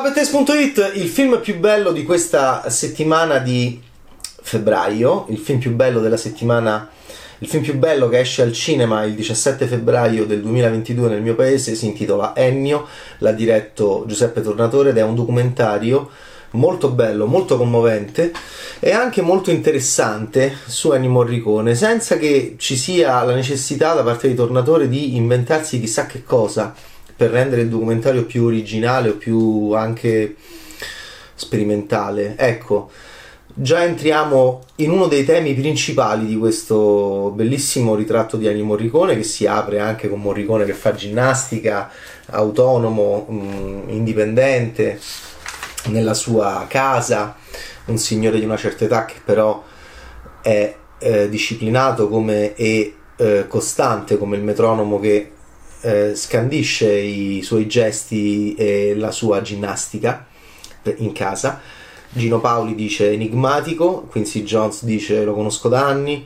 Bettes.it, il film più bello di questa settimana di febbraio, il film più bello della settimana, il film più bello che esce al cinema il 17 febbraio del 2022 nel mio paese, si intitola Ennio, l'ha diretto Giuseppe Tornatore ed è un documentario molto bello, molto commovente e anche molto interessante su Ennio Morricone, senza che ci sia la necessità da parte di Tornatore di inventarsi chissà che cosa per rendere il documentario più originale o più anche sperimentale. Ecco, già entriamo in uno dei temi principali di questo bellissimo ritratto di Ennio Morricone, che si apre anche con Morricone che fa ginnastica, autonomo, indipendente, nella sua casa, un signore di una certa età che però è disciplinato come e costante come il metronomo che scandisce i suoi gesti e la sua ginnastica in casa. Gino Paoli dice enigmatico, Quincy Jones dice lo conosco da anni,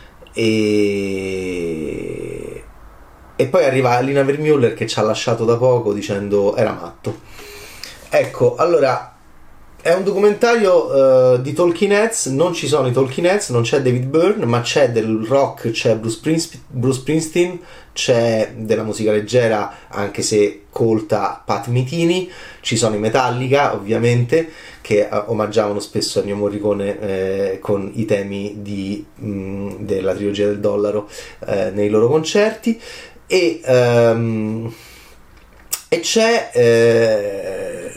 e poi arriva Lina Wertmüller che ci ha lasciato da poco dicendo era matto. Ecco, allora è un documentario di Talking Heads, non ci sono i Talking Heads, non c'è David Byrne, ma c'è del rock, c'è Bruce Springsteen, c'è della musica leggera, anche se colta, Pat Metheny, ci sono i Metallica, ovviamente, che omaggiavano spesso Ennio Morricone con i temi della trilogia del dollaro nei loro concerti, e c'è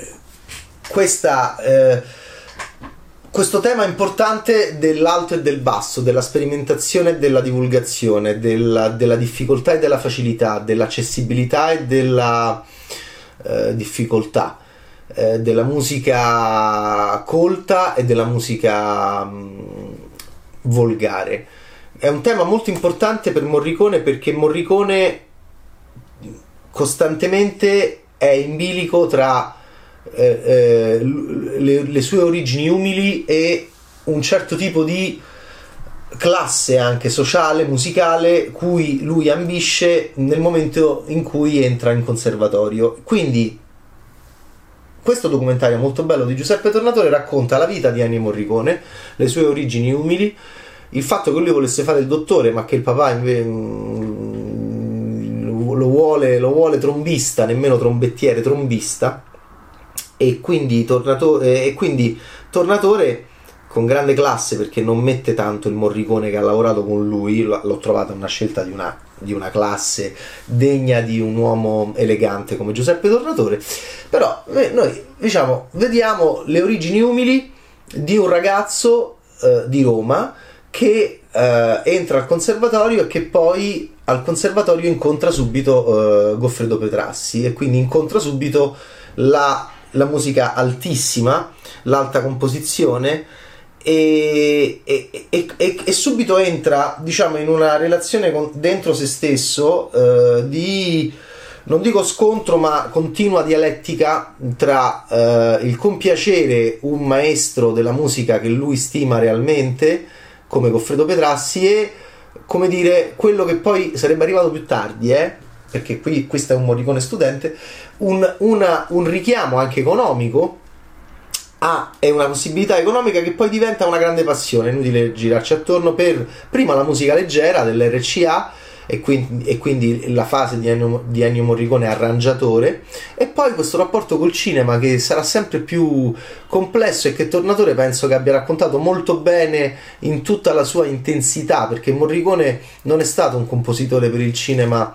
questo tema importante dell'alto e del basso, della sperimentazione e della divulgazione, della difficoltà e della facilità, dell'accessibilità e della difficoltà, della musica colta e della musica volgare. È un tema molto importante per Morricone, perché Morricone costantemente è in bilico tra le sue origini umili e un certo tipo di classe anche sociale, musicale, cui lui ambisce nel momento in cui entra in conservatorio. Quindi questo documentario molto bello di Giuseppe Tornatore racconta la vita di Ennio Morricone, le sue origini umili, il fatto che lui volesse fare il dottore ma che il papà lo vuole trombista, nemmeno trombettiere, trombista. E quindi Tornatore con grande classe, perché non mette tanto il Morricone che ha lavorato con lui, l'ho trovata una scelta di una classe degna di un uomo elegante come Giuseppe Tornatore. Però noi diciamo vediamo le origini umili di un ragazzo di Roma che entra al conservatorio e che poi al conservatorio incontra subito Goffredo Petrassi, e quindi incontra subito la musica altissima, l'alta composizione, e subito entra, diciamo, in una relazione dentro se stesso di, non dico scontro, ma continua dialettica tra il compiacere un maestro della musica che lui stima realmente come Goffredo Petrassi e, come dire, quello che poi sarebbe arrivato più tardi, perché questo è un Morricone studente, un richiamo anche economico e una possibilità economica che poi diventa una grande passione. Inutile girarci attorno, per prima la musica leggera dell'RCA e quindi la fase di Ennio Morricone arrangiatore, e poi questo rapporto col cinema che sarà sempre più complesso e che Tornatore penso che abbia raccontato molto bene in tutta la sua intensità, perché Morricone non è stato un compositore per il cinema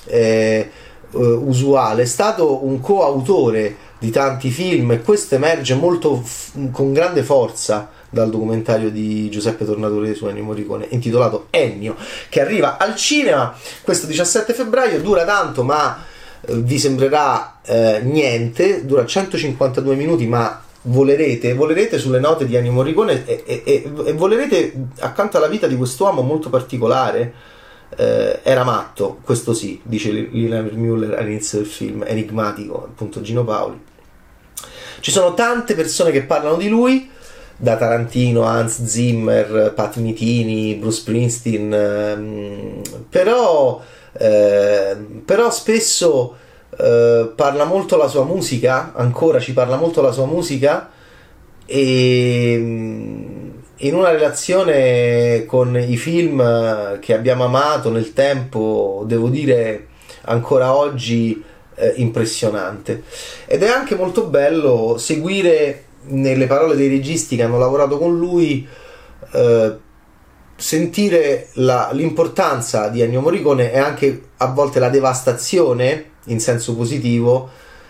usuale, è stato un coautore di tanti film, e questo emerge molto con grande forza dal documentario di Giuseppe Tornatore su Ennio Morricone intitolato Ennio, che arriva al cinema questo 17 febbraio. Dura tanto, ma vi sembrerà niente, dura 152 minuti, ma volerete sulle note di Ennio Morricone e volerete accanto alla vita di quest'uomo molto particolare. Era matto, questo sì, dice Lina Wertmüller all'inizio del film, enigmatico, appunto Gino Paoli. Ci sono tante persone che parlano di lui, da Tarantino, Hans Zimmer, Pat Metheny, Bruce Springsteen, però spesso parla molto la sua musica, ancora ci parla molto la sua musica, e in una relazione con i film che abbiamo amato nel tempo, devo dire ancora oggi impressionante. Ed è anche molto bello seguire nelle parole dei registi che hanno lavorato con lui, sentire l'importanza di Ennio Morricone e anche a volte la devastazione in senso positivo,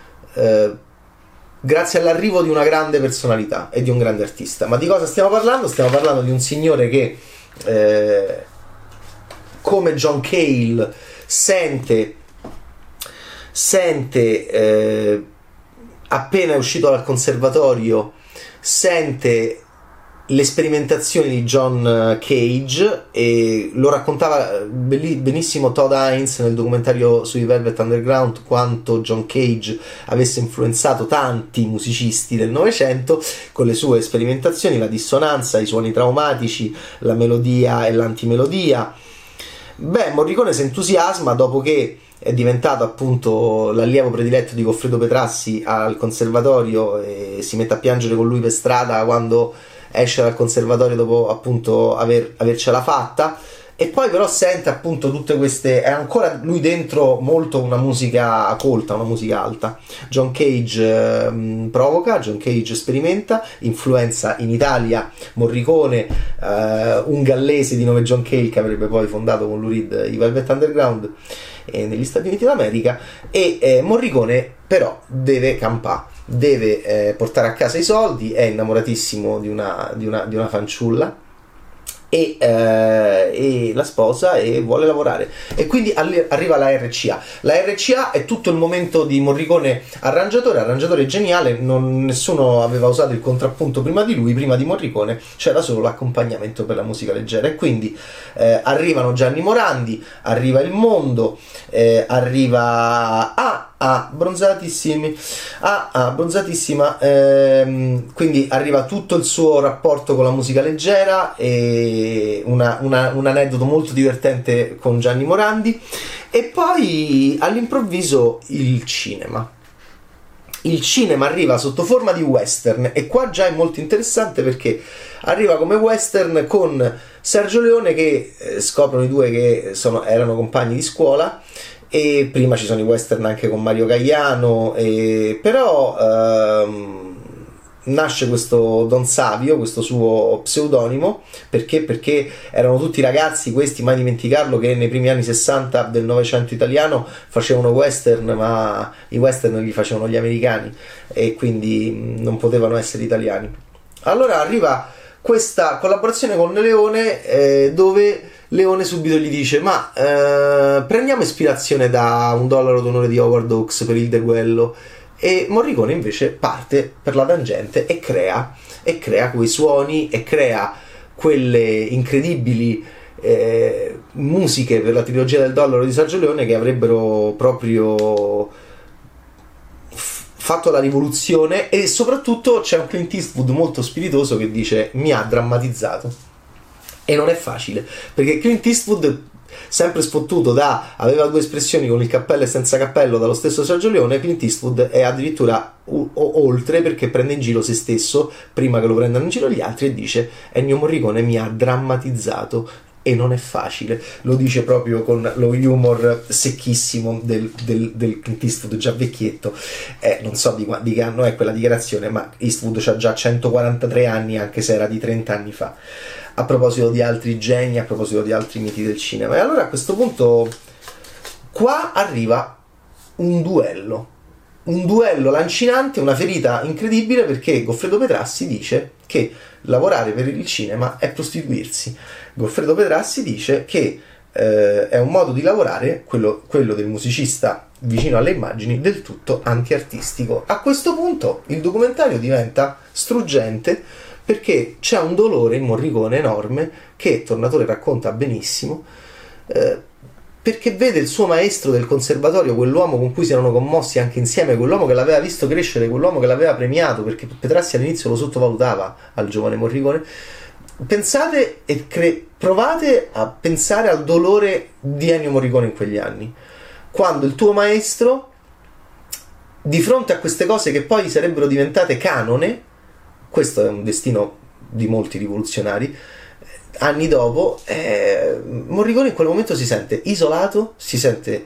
grazie all'arrivo di una grande personalità e di un grande artista. Ma di cosa stiamo parlando? Stiamo parlando di un signore che come John Cale sente appena è uscito dal conservatorio, sente le sperimentazioni di John Cage, e lo raccontava benissimo Todd Haynes nel documentario sui Velvet Underground, quanto John Cage avesse influenzato tanti musicisti del Novecento con le sue sperimentazioni, la dissonanza, i suoni traumatici, la melodia e l'antimelodia. Morricone si entusiasma dopo che è diventato appunto l'allievo prediletto di Goffredo Petrassi al conservatorio, e si mette a piangere con lui per strada quando esce dal conservatorio dopo appunto avercela fatta. E poi però sente appunto tutte queste, è ancora lui dentro molto una musica colta, una musica alta. John Cage provoca, John Cage sperimenta, influenza in Italia Morricone, un gallese di nome John Cale che avrebbe poi fondato con Lou Reed i Velvet Underground negli Stati Uniti d'America, e Morricone però deve campare, deve portare a casa i soldi, è innamoratissimo di una fanciulla, e la sposa, e vuole lavorare, e quindi arriva la RCA. La RCA è tutto il momento di Morricone arrangiatore geniale. Nessuno aveva usato il contrappunto prima di lui, prima di Morricone c'era solo l'accompagnamento per la musica leggera, e quindi arrivano Gianni Morandi, arriva Il Mondo, arriva Bronzatissima, quindi arriva tutto il suo rapporto con la musica leggera, e un aneddoto molto divertente con Gianni Morandi. E poi all'improvviso il cinema arriva sotto forma di western, e qua già è molto interessante perché arriva come western con Sergio Leone, che scoprono i due che erano compagni di scuola, e prima ci sono i western anche con Mario Gaiano, però nasce questo Don Savio, questo suo pseudonimo, perché erano tutti ragazzi, questi, mai dimenticarlo, che nei primi anni 60 del Novecento italiano facevano western, ma i western li facevano gli americani e quindi non potevano essere italiani. Allora arriva questa collaborazione con Leone, dove Leone subito gli dice: ma prendiamo ispirazione da Un dollaro d'onore di Howard Hawks per Il Deguello. E Morricone invece parte per la tangente e crea quei suoni, e crea quelle incredibili musiche per la trilogia del dollaro di Sergio Leone, che avrebbero proprio fatto la rivoluzione. E soprattutto c'è un Clint Eastwood molto spiritoso che dice: mi ha drammatizzato. E non è facile, perché Clint Eastwood, sempre sfottuto aveva due espressioni, con il cappello e senza cappello, dallo stesso Sergio Leone. Clint Eastwood è addirittura oltre, perché prende in giro se stesso prima che lo prendano in giro gli altri, e dice: Ennio Morricone mi ha drammatizzato. E non è facile, lo dice proprio con lo humor secchissimo del Clint Eastwood già vecchietto. Non so di che anno è quella dichiarazione, ma Eastwood ha già 143 anni, anche se era di 30 anni fa. A proposito di altri geni, a proposito di altri miti del cinema. E allora a questo punto qua arriva un duello lancinante, una ferita incredibile, perché Goffredo Petrassi dice che lavorare per il cinema è prostituirsi. Goffredo Petrassi dice che è un modo di lavorare, quello del musicista vicino alle immagini, del tutto antiartistico. A questo punto il documentario diventa struggente, perché c'è un dolore in Morricone enorme, che Tornatore racconta benissimo, perché vede il suo maestro del conservatorio, quell'uomo con cui si erano commossi anche insieme, quell'uomo che l'aveva visto crescere, quell'uomo che l'aveva premiato, perché Petrassi all'inizio lo sottovalutava al giovane Morricone. Pensate e provate a pensare al dolore di Ennio Morricone in quegli anni, quando il tuo maestro di fronte a queste cose che poi sarebbero diventate canone, questo è un destino di molti rivoluzionari, anni dopo, Morricone in quel momento si sente isolato, si sente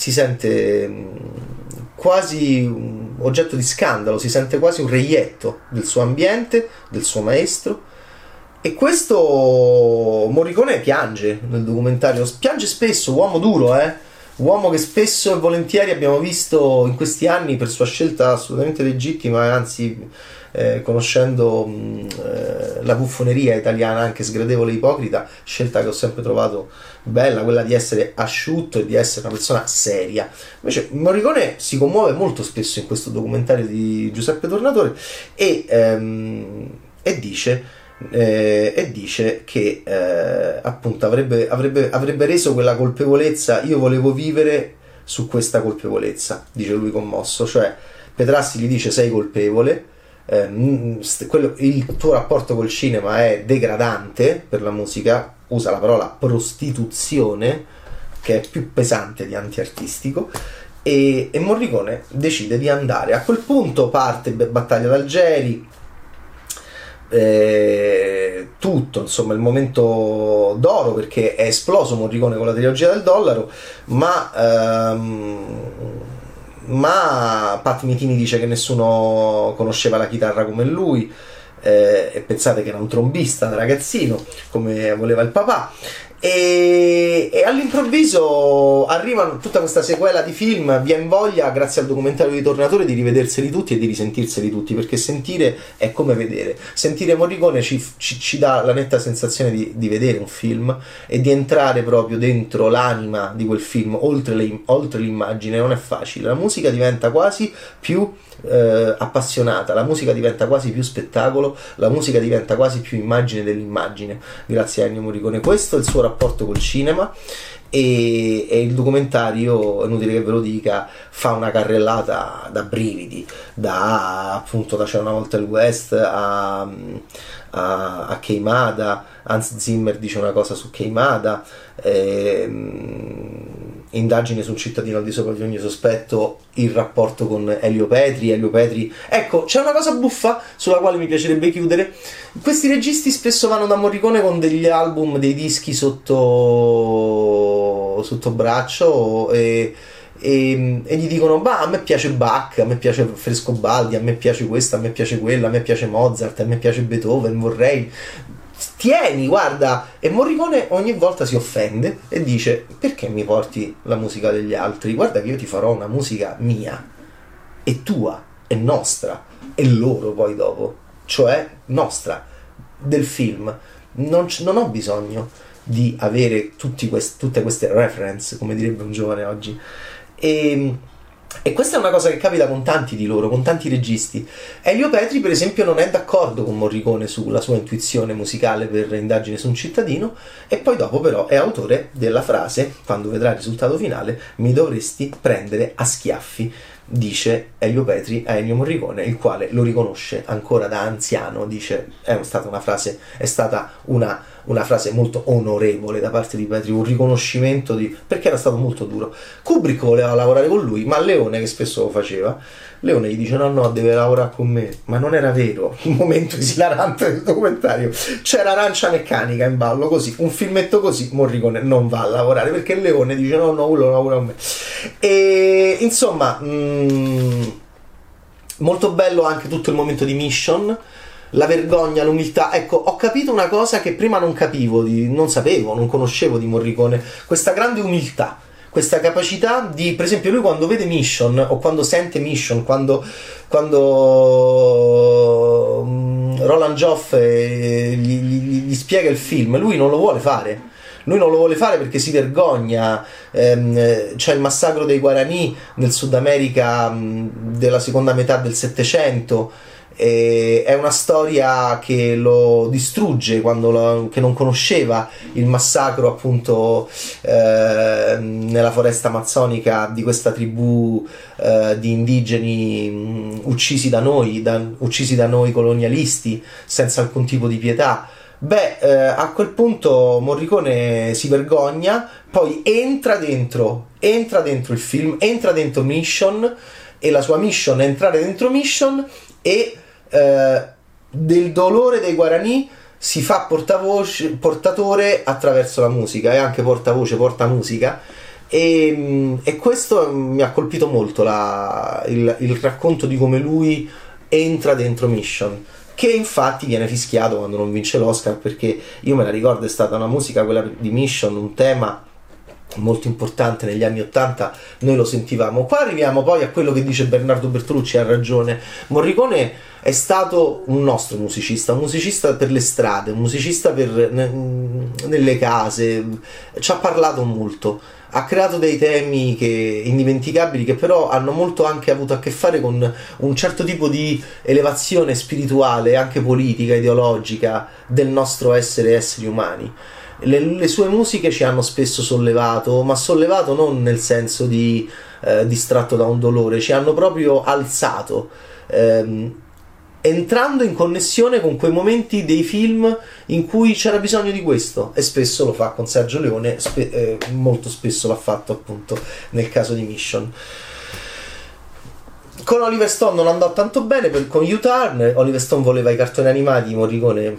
quasi un oggetto di scandalo, si sente quasi un reietto del suo ambiente, del suo maestro. E questo Morricone piange nel documentario, piange spesso, uomo duro, uomo che spesso e volentieri abbiamo visto in questi anni per sua scelta assolutamente legittima, anzi conoscendo la buffoneria italiana anche sgradevole e ipocrita, scelta che ho sempre trovato bella, quella di essere asciutto e di essere una persona seria. Invece Morricone si commuove molto spesso in questo documentario di Giuseppe Tornatore e dice che appunto avrebbe reso quella colpevolezza, io volevo vivere su questa colpevolezza, dice lui commosso, cioè Petrassi gli dice sei colpevole, il tuo rapporto col cinema è degradante per la musica, usa la parola prostituzione che è più pesante di antiartistico, e Morricone decide di andare. A quel punto parte Battaglia d'Algeri, tutto, insomma, il momento d'oro, perché è esploso Morricone con la trilogia del dollaro, ma Pat Metheny dice che nessuno conosceva la chitarra come lui, e pensate che era un trombista da ragazzino come voleva il papà, e all'improvviso arriva tutta questa sequela di film, viene voglia grazie al documentario di Tornatore di rivederseli tutti e di risentirseli tutti, perché sentire è come vedere. Sentire Morricone ci dà la netta sensazione di vedere un film e di entrare proprio dentro l'anima di quel film, oltre l'immagine. Non è facile, la musica diventa quasi più appassionata, la musica diventa quasi più spettacolo, la musica diventa quasi più immagine dell'immagine grazie a Ennio Morricone. Questo è il suo rapporto col cinema, e il documentario, è inutile che ve lo dica, fa una carrellata da brividi, appunto da C'era una volta il West a Queimada. Hans Zimmer dice una cosa su Queimada, indagine su un cittadino al di sopra di ogni sospetto, il rapporto con Elio Petri. Ecco, c'è una cosa buffa sulla quale mi piacerebbe chiudere. Questi registi spesso vanno da Morricone con degli album, dei dischi sotto braccio e gli dicono: a me piace Bach, a me piace Frescobaldi, a me piace questo, a me piace quello, a me piace Mozart, a me piace Beethoven, vorrei... Tieni, guarda. E Morricone ogni volta si offende e dice: perché mi porti la musica degli altri? Guarda che io ti farò una musica mia, e tua, e nostra, e loro poi dopo, cioè nostra, del film. Non ho bisogno di avere tutte queste reference, come direbbe un giovane oggi. E questa è una cosa che capita con tanti di loro, con tanti registi. Elio Petri, per esempio, non è d'accordo con Morricone sulla sua intuizione musicale per Indagine su un cittadino, e poi dopo però è autore della frase, quando vedrà il risultato finale: mi dovresti prendere a schiaffi, dice Elio Petri a Ennio Morricone, il quale lo riconosce ancora da anziano. Dice: è stata una frase molto onorevole da parte di Petri, un riconoscimento perché era stato molto duro. Kubrick voleva lavorare con lui, ma Leone, che spesso lo faceva, Leone gli dice: no, deve lavorare con me. Ma non era vero. Un momento esilarante del documentario, c'era Arancia Meccanica in ballo, così, un filmetto così, Morricone non va a lavorare perché Leone dice: no, quello lavora con me. E insomma, molto bello anche tutto il momento di Mission, la vergogna, l'umiltà. Ecco, ho capito una cosa che prima non capivo, non conoscevo di Morricone: questa grande umiltà, questa capacità di, per esempio, lui quando vede Mission o quando sente Mission, quando Roland Joffe gli spiega il film, lui non lo vuole fare. Lui non lo vuole fare perché si vergogna. C'è il massacro dei Guarani nel Sud America della seconda metà del Settecento. È una storia che lo distrugge, che non conosceva il massacro appunto nella foresta amazzonica di questa tribù di indigeni uccisi da noi colonialisti senza alcun tipo di pietà. A quel punto Morricone si vergogna, poi entra dentro il film, entra dentro Mission, e la sua mission è entrare dentro Mission e del dolore dei Guarani si fa portatore attraverso la musica, e anche portavoce, porta musica, e questo mi ha colpito molto, il racconto di come lui entra dentro Mission, che infatti viene fischiato quando non vince l'Oscar, perché io me la ricordo, è stata una musica, quella di Mission, un tema molto importante negli anni '80, noi lo sentivamo. Qua arriviamo poi a quello che dice Bernardo Bertolucci, ha ragione, Morricone è stato un nostro musicista, un musicista per le strade, un musicista nelle case, ci ha parlato molto, ha creato dei temi indimenticabili, che però hanno molto anche avuto a che fare con un certo tipo di elevazione spirituale, anche politica, ideologica, del nostro esseri umani. Le sue musiche ci hanno spesso sollevato, ma sollevato non nel senso di distratto da un dolore, ci hanno proprio alzato, entrando in connessione con quei momenti dei film in cui c'era bisogno di questo, e spesso lo fa con Sergio Leone, molto spesso l'ha fatto appunto nel caso di Mission. Con Oliver Stone non andò tanto bene, con U-Turn. Oliver Stone voleva i cartoni animati, Morricone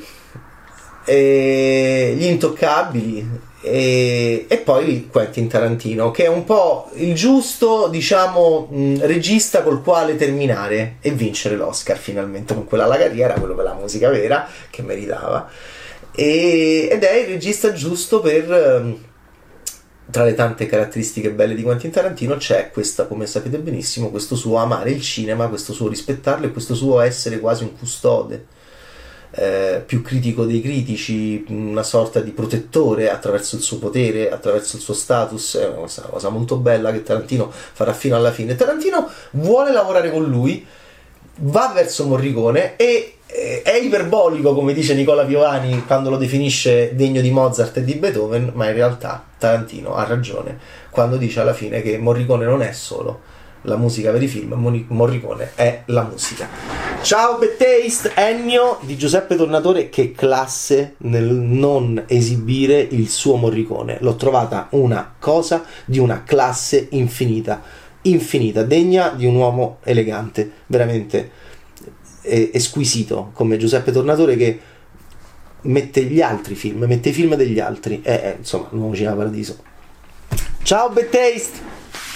Gli Intoccabili, e poi Quentin Tarantino, che è un po' il giusto, diciamo, regista col quale terminare e vincere l'Oscar finalmente con quella alla carriera, quello per la musica vera che meritava, ed è il regista giusto per, tra le tante caratteristiche belle di Quentin Tarantino c'è questa, come sapete benissimo, questo suo amare il cinema, questo suo rispettarlo e questo suo essere quasi un custode, più critico dei critici, una sorta di protettore attraverso il suo potere, attraverso il suo status. È una cosa molto bella che Tarantino farà fino alla fine. Tarantino vuole lavorare con lui, va verso Morricone e è iperbolico, come dice Nicola Piovani quando lo definisce degno di Mozart e di Beethoven, ma in realtà Tarantino ha ragione quando dice alla fine che Morricone non è solo la musica per i film, Morricone è la musica. Ciao Bad Taste, Ennio di Giuseppe Tornatore. Che classe nel non esibire il suo Morricone, l'ho trovata una cosa di una classe infinita, degna di un uomo elegante, veramente squisito come Giuseppe Tornatore, che mette gli altri film, mette i film degli altri, insomma, Nuovo Cinema Paradiso. Ciao Bad Taste.